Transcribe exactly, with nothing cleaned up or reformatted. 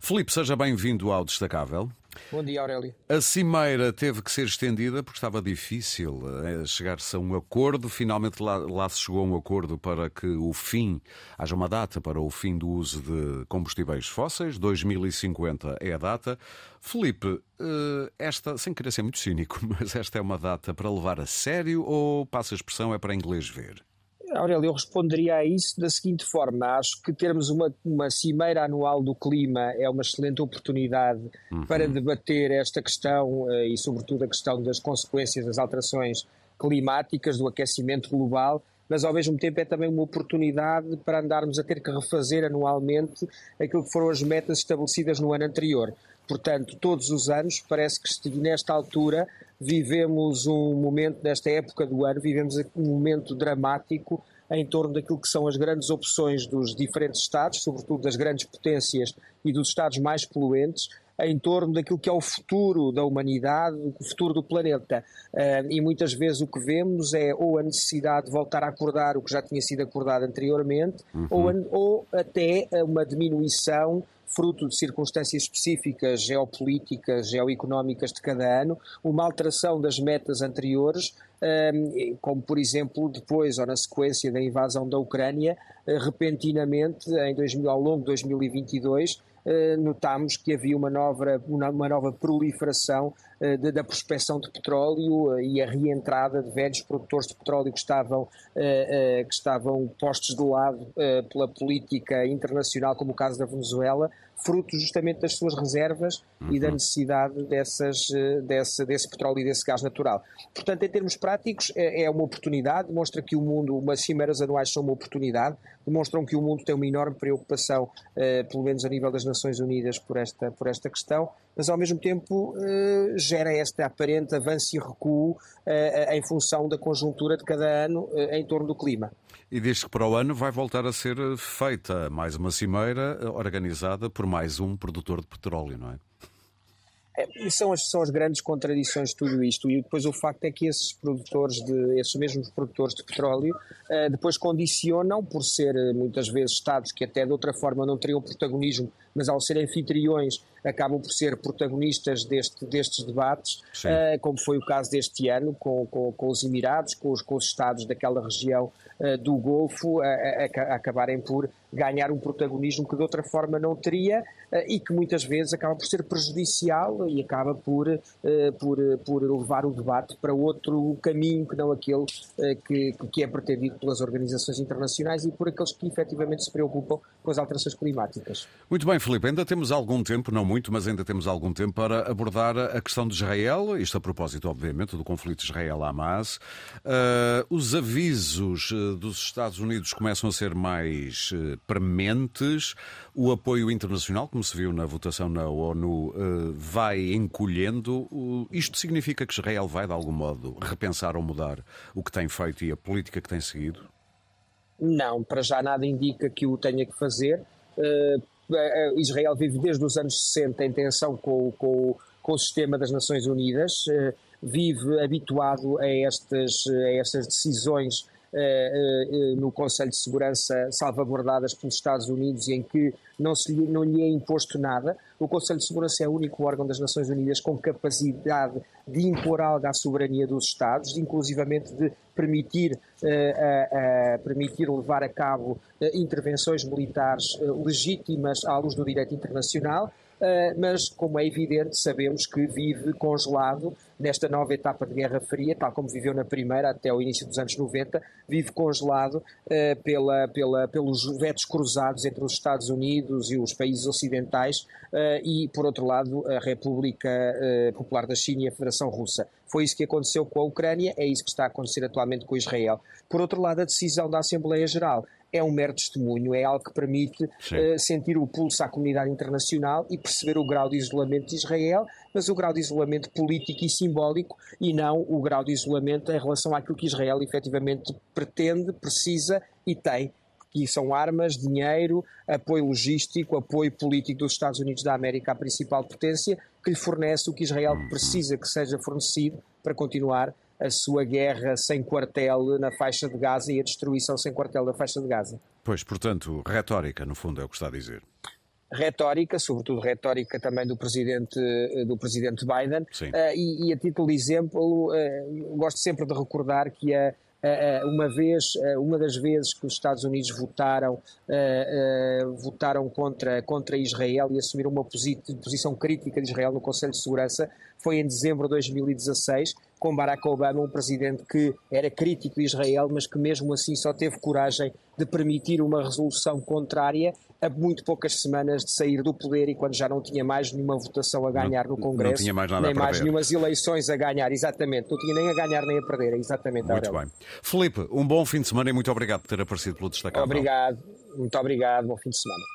Filipe, seja bem-vindo ao Destacável. Bom dia, Aurélio. A cimeira teve que ser estendida porque estava difícil chegar-se a um acordo. Finalmente lá, lá se chegou a um acordo para que o fim, haja uma data para o fim do uso de combustíveis fósseis. dois mil e cinquenta é a data. Filipe, esta, sem querer ser muito cínico, mas esta é uma data para levar a sério ou, passa a expressão, é para inglês ver? Aurélio, eu responderia a isso da seguinte forma. Acho que termos uma, uma cimeira anual do clima é uma excelente oportunidade uhum. para debater esta questão e, sobretudo, a questão das consequências das alterações climáticas, do aquecimento global, mas, ao mesmo tempo, é também uma oportunidade para andarmos a ter que refazer anualmente aquilo que foram as metas estabelecidas no ano anterior. Portanto, todos os anos, parece que nesta altura vivemos um momento, nesta época do ano, vivemos um momento dramático em torno daquilo que são as grandes opções dos diferentes Estados, sobretudo das grandes potências e dos Estados mais poluentes, em torno daquilo que é o futuro da humanidade, o futuro do planeta. E muitas vezes o que vemos é ou a necessidade de voltar a acordar o que já tinha sido acordado anteriormente, uhum. ou, ou até uma diminuição fruto de circunstâncias específicas geopolíticas, geoeconómicas de cada ano, uma alteração das metas anteriores, como por exemplo depois ou na sequência da invasão da Ucrânia, repentinamente em dois mil, ao longo de dois mil e vinte e dois, notámos que havia uma nova, uma nova proliferação de, da prospecção de petróleo e a reentrada de velhos produtores de petróleo que estavam, que estavam postos de lado pela política internacional, como o caso da Venezuela, fruto justamente das suas reservas uhum. e da necessidade dessas, desse, desse petróleo e desse gás natural. Portanto, em termos práticos, é uma oportunidade, demonstra que o mundo, umas cimeiras anuais são uma oportunidade, demonstram que o mundo tem uma enorme preocupação, eh, pelo menos a nível das Nações Unidas, por esta, por esta questão, mas ao mesmo tempo eh, gera este aparente avanço e recuo eh, em função da conjuntura de cada ano eh, em torno do clima. E diz que para o ano vai voltar a ser feita mais uma cimeira organizada por mais um produtor de petróleo, não é? É, são, as, são as grandes contradições de tudo isto, e depois o facto é que esses produtores, de, esses mesmos produtores de petróleo, uh, depois condicionam, por ser muitas vezes Estados que até de outra forma não teriam protagonismo, mas ao serem anfitriões acabam por ser protagonistas deste, destes debates, uh, como foi o caso deste ano com, com, com os Emirados, com os, com os Estados daquela região uh, do Golfo, uh, a, a acabarem por ganhar um protagonismo que de outra forma não teria uh, e que muitas vezes acaba por ser prejudicial e acaba por, uh, por, por levar o debate para outro caminho que não aquele uh, que, que é pretendido pelas organizações internacionais e por aqueles que efetivamente se preocupam com as alterações climáticas. Muito bem, Filipe, ainda temos algum tempo, não muito, mas ainda temos algum tempo para abordar a questão de Israel, isto a propósito, obviamente, do conflito Israel-Hamas. Uh, os avisos uh, dos Estados Unidos começam a ser mais uh, prementes, o apoio internacional, como se viu na votação na ONU, uh, vai encolhendo. Uh, isto significa que Israel vai, de algum modo, repensar ou mudar o que tem feito e a política que tem seguido? Não, para já nada indica que o tenha que fazer. Uh, Israel vive desde os anos sessenta em tensão com, com, com o sistema das Nações Unidas, uh, vive habituado a estas, a estas decisões uh, uh, no Conselho de Segurança salvaguardadas pelos Estados Unidos, em que não, se lhe, não lhe é imposto nada. O Conselho de Segurança é o único órgão das Nações Unidas com capacidade de impor algo à soberania dos Estados, inclusivamente de permitir, uh, uh, uh, permitir levar a cabo uh, intervenções militares uh, legítimas à luz do direito internacional, uh, mas, como é evidente, sabemos que vive congelado nesta nova etapa de Guerra Fria, tal como viveu na primeira até o início dos anos noventa, vive congelado uh, pela, pela, pelos vetos cruzados entre os Estados Unidos e os países ocidentais uh, e, por outro lado, a República uh, Popular da China e a Federação Russa. Foi isso que aconteceu com a Ucrânia, é isso que está a acontecer atualmente com Israel. Por outro lado, a decisão da Assembleia Geral é um mero testemunho, é algo que permite uh, sentir o pulso à comunidade internacional e perceber o grau de isolamento de Israel, mas o grau de isolamento político e simbólico e não o grau de isolamento em relação àquilo que Israel efetivamente pretende, precisa e tem, que são armas, dinheiro, apoio logístico, apoio político dos Estados Unidos da América, a principal potência, que lhe fornece o que Israel precisa que seja fornecido para continuar a sua guerra sem quartel na faixa de Gaza e a destruição sem quartel da faixa de Gaza. Pois, portanto, retórica, no fundo, é o que está a dizer. retórica, sobretudo retórica também do presidente, do presidente Biden, uh, e, e a título de exemplo, uh, gosto sempre de recordar que a Uh, uma vez, uh, uma das vezes que os Estados Unidos votaram, uh, uh, votaram contra, contra Israel e assumiram uma posi- posição crítica de Israel no Conselho de Segurança foi em dezembro de dois mil e dezasseis, com Barack Obama, um presidente que era crítico de Israel, mas que mesmo assim só teve coragem de permitir uma resolução contrária a muito poucas semanas de sair do poder e quando já não tinha mais nenhuma votação a ganhar não, no Congresso, não tinha mais nada nem a mais nenhumas eleições a ganhar, exatamente, não tinha nem a ganhar nem a perder, exatamente. Muito bem. Filipe, um bom fim de semana e muito obrigado por ter aparecido pelo Destacado. Obrigado, muito obrigado, bom fim de semana.